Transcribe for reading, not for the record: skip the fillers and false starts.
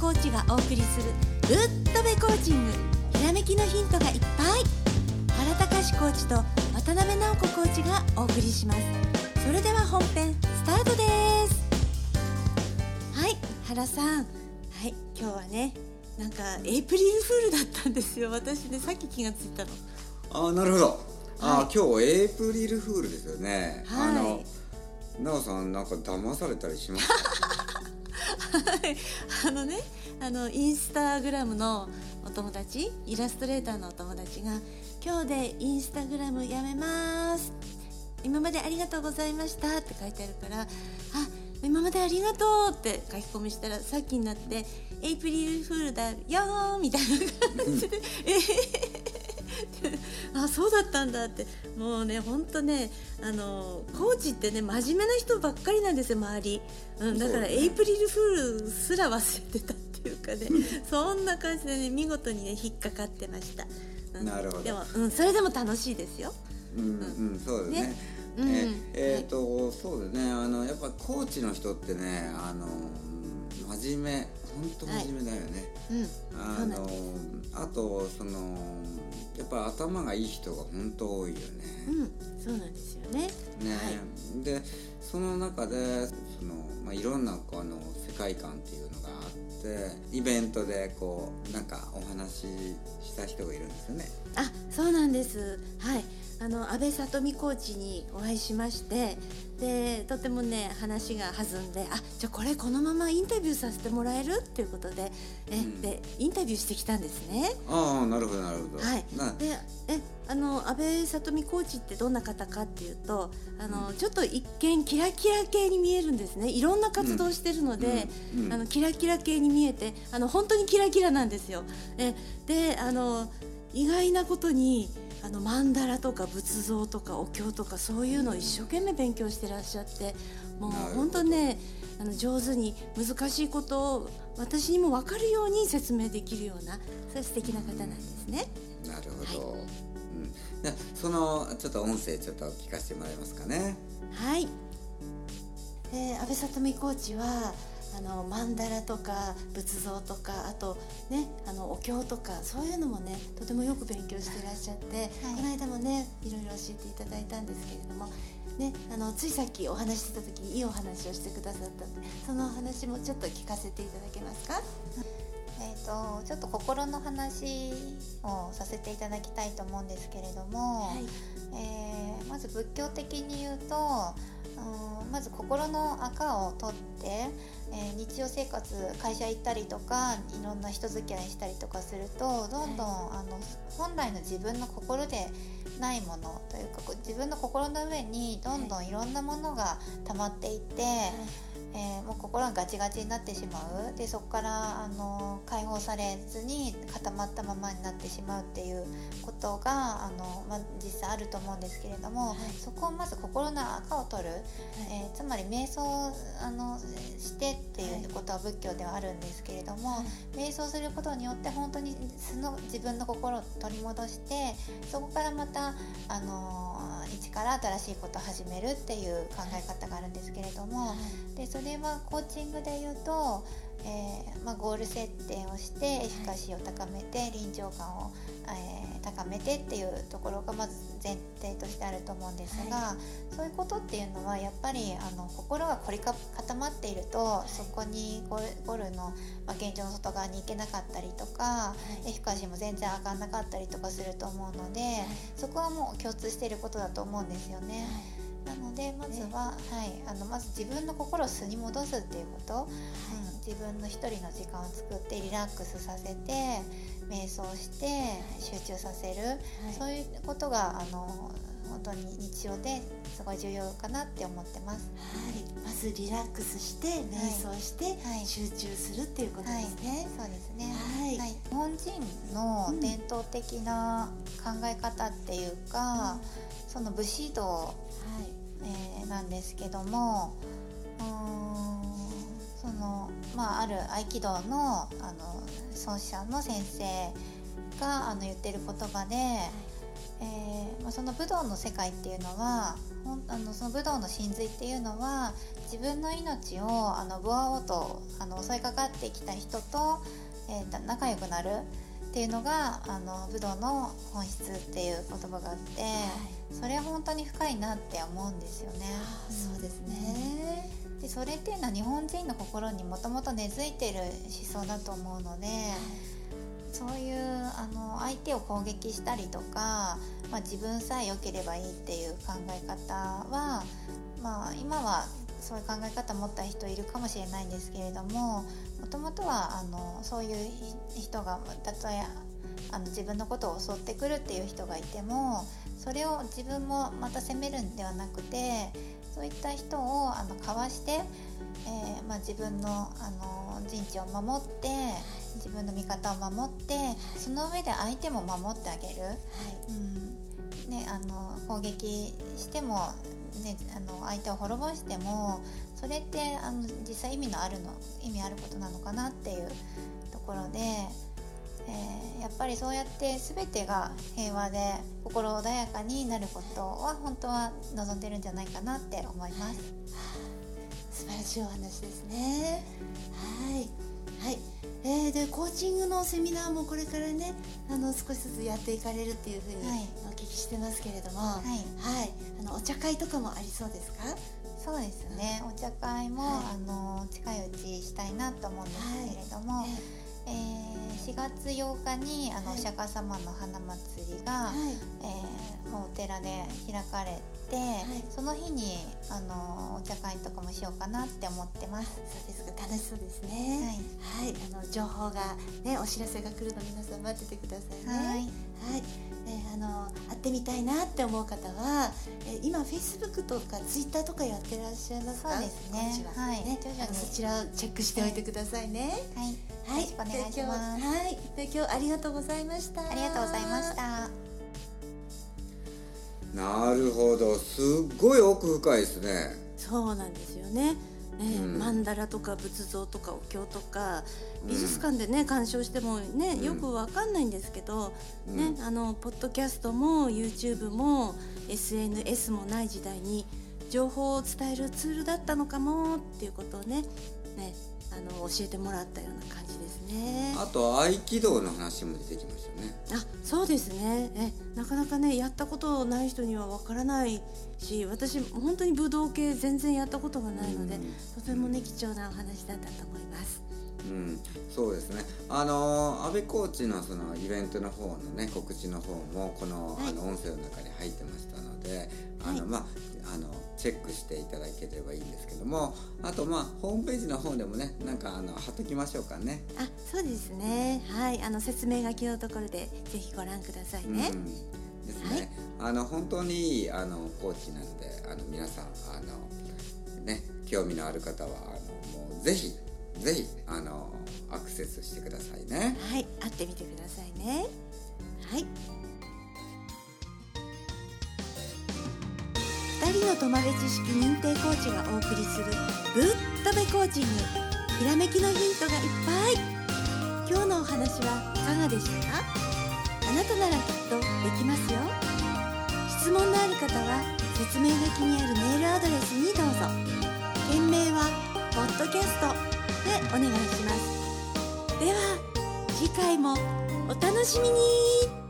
コーチがお送りするぶっとべコーチング、ひらめきのヒントがいっぱい。原隆コーチと渡辺直子コーチがお送りします。それでは本編スタートです。はい、原さん、はい、今日はね、なんかエイプリルフールだったんですよ。私ね、さっき気がついたの。 なるほど。 はい、 今日エイプリルフールですよね。 はい、 なおさん、なんか騙されたりしますか？ はい、インスタグラムのお友達、イラストレーターのお友達が、今日でインスタグラムやめます、今までありがとうございましたって書いてあるから、今までありがとうって書き込みしたら、さっきになってエイプリルフールだよーみたいな感じでそうだったんだって。もうね、ほんとね、コーチってね、真面目な人ばっかりなんですよ、周り。だからエイプリルフールすら忘れてたっていうかねそんな感じでね、見事にね、引っかかってました。 なるほど。 でも、それでも楽しいですよ。 そうですね。そうですね。やっぱコーチの人ってね、真面目、本当真面目だよね。あとやっぱ頭がいい人が本当多いよね。 そうなんですよね。 で、その中でいろんな世界観っていうのがあって、イベントでなんかお話しした人がいるんですよね。 そうなんです。はい。安倍聡美コーチにお会いしまして、でとてもね、話が弾んで、じゃあこのままインタビューさせてもらえるっていうことで、でインタビューしてきたんですね。 なるほどなるほど。 はい。で安倍聡美コーチってどんな方かっていうと、ちょっと一見キラキラ系に見えるんですね。いろんな活動してるので、キラキラ系に見えて、本当にキラキラなんですよ。で意外なことに曼荼羅とか仏像とかお経とか、そういうのを一生懸命勉強してらっしゃって、もう本当ね、上手に難しいことを私にも分かるように説明できるような、そういう素敵な方なんですね。 なるほど。じゃあちょっと音声ちょっと聞かせてもらえますかね。 はい。安倍聡美コーチは曼荼羅とか仏像とか、あとね、お経とか、そういうのもね、とてもよく勉強していらっしゃって、この間もね、いろいろ教えていただいたんですけれどもね、ついさっきお話しした時にいいお話をしてくださったので、そのお話もちょっと聞かせていただけますか？ ちょっと心の話をさせていただきたいと思うんですけれども、まず仏教的に言うと、まず心の垢を取って、日常生活、会社行ったりとか、いろんな人付き合いしたりとかすると、どんどん本来の自分の心でないものというか、自分の心の上にどんどんいろんなものが溜まっていって、もう心がガチガチになってしまう。でそこから解放されずに固まったままになってしまうっていうことが実際あると思うんですけれども、そこをまず心の垢を取る、つまり瞑想してっていうことは仏教ではあるんですけれども、瞑想することによって本当にその自分の心を取り戻して、そこからまた一から新しいことを始めるっていう考え方があるんですけれども、でそれはコーチングで言うと、ゴール設定をしてエフィカシーを高めて、臨場感を、高めてっていうところがまず前提としてあると思うんですが、そういうことっていうのはやっぱり心が凝り固まっていると、そこにゴールの、現状の外側に行けなかったりとか、エフィカシーも全然上がんなかったりとかすると思うので、そこはもう共通していることだと思うんですよね。なのでまずは、まず自分の心を素に戻すっていうこと、自分の一人の時間を作ってリラックスさせて瞑想して集中させる、そういうことが本当に日常ですごい重要かなって思ってます。 まずリラックスして瞑想して集中するっていうことですね。 そうですね。日本人の伝統的な考え方っていうか、その武士道、なんですけども、ある合気道の創始者の先生が言ってる言葉で、 その武道の世界っていうのはその武道の神髄っていうのは自分の命をブワーオと襲いかかってきた人と、仲良くなるっていうのが武道の本質っていう言葉があって、それは本当に深いなって思うんですよね。 そうですね。 でそれっていうのは日本人の心にもともと根付いてる思想だと思うので、そういう相手を攻撃したりとか、自分さえ良ければいいっていう考え方は、今はそういう考え方を持った人いるかもしれないんですけれども、もともとはそういう人がたとえ自分のことを襲ってくるっていう人がいても、それを自分もまた責めるんではなくて、そういった人をかわして、自分の陣地を守って、自分の味方を守って、その上で相手も守ってあげる、攻撃しても、相手を滅ぼしても、それって実際意味あることなのかなっていうところで、やっぱりそうやって全てが平和で心穏やかになることは本当は望んでるんじゃないかなって思います。 素晴らしいお話ですね。でコーチングのセミナーもこれからね少しずつやっていかれるっていうふうにお聞きしてますけれども、お茶会とかもありそうですか？ そうですね、お茶会も、近いうちしたいなと思うんですけれども、4月8日にお釈迦様の花祭りが、お寺で開かれて、その日にお茶会とかもしようかなって思ってます。 そうですか、楽しそうですね。情報がね、お知らせが来るの皆さん待っててくださいね。会ってみたいなって思う方は、今 Facebook とか Twitter とかやってらっしゃいますか？ そうですね。 そちらをチェックしておいてくださいね。 よろしくお願いします。 今日ありがとうございました。 ありがとうございました。 なるほど、すっごい奥深いですね。 そうなんですよね。曼荼羅とか仏像とかお経とか美術館でね鑑賞してもねよくわかんないんですけど、ポッドキャストも YouTube も SNS もない時代に情報を伝えるツールだったのかもっていうことをね教えてもらったような感じですね。 あと合気道の話も出てきましたね。 そうですね。なかなかねやったことない人にはわからないし、私本当に武道系全然やったことがないので、とてもね貴重なお話だったと思います。 そうですね。安倍コーチのそのイベントの方のね告知の方もこの、音声の中に入ってましたので、チェックしていただければいいんですけども、あとホームページの方でもね貼っときましょうかね。 そうですね。説明書きのところでぜひご覧くださいね。 ですね。本当にいいコーチなので皆さん興味のある方はもうぜひアクセスしてくださいね。 会ってみてくださいね。2人の友部知識認定コーチがお送りするぶっとべコーチング、ひらめきのヒントがいっぱい。今日のお話はいかがでしたか？あなたならきっとできますよ。質問のある方は説明書きにあるメールアドレスにどうぞ。件名はポッドキャストでお願いします。では次回もお楽しみに。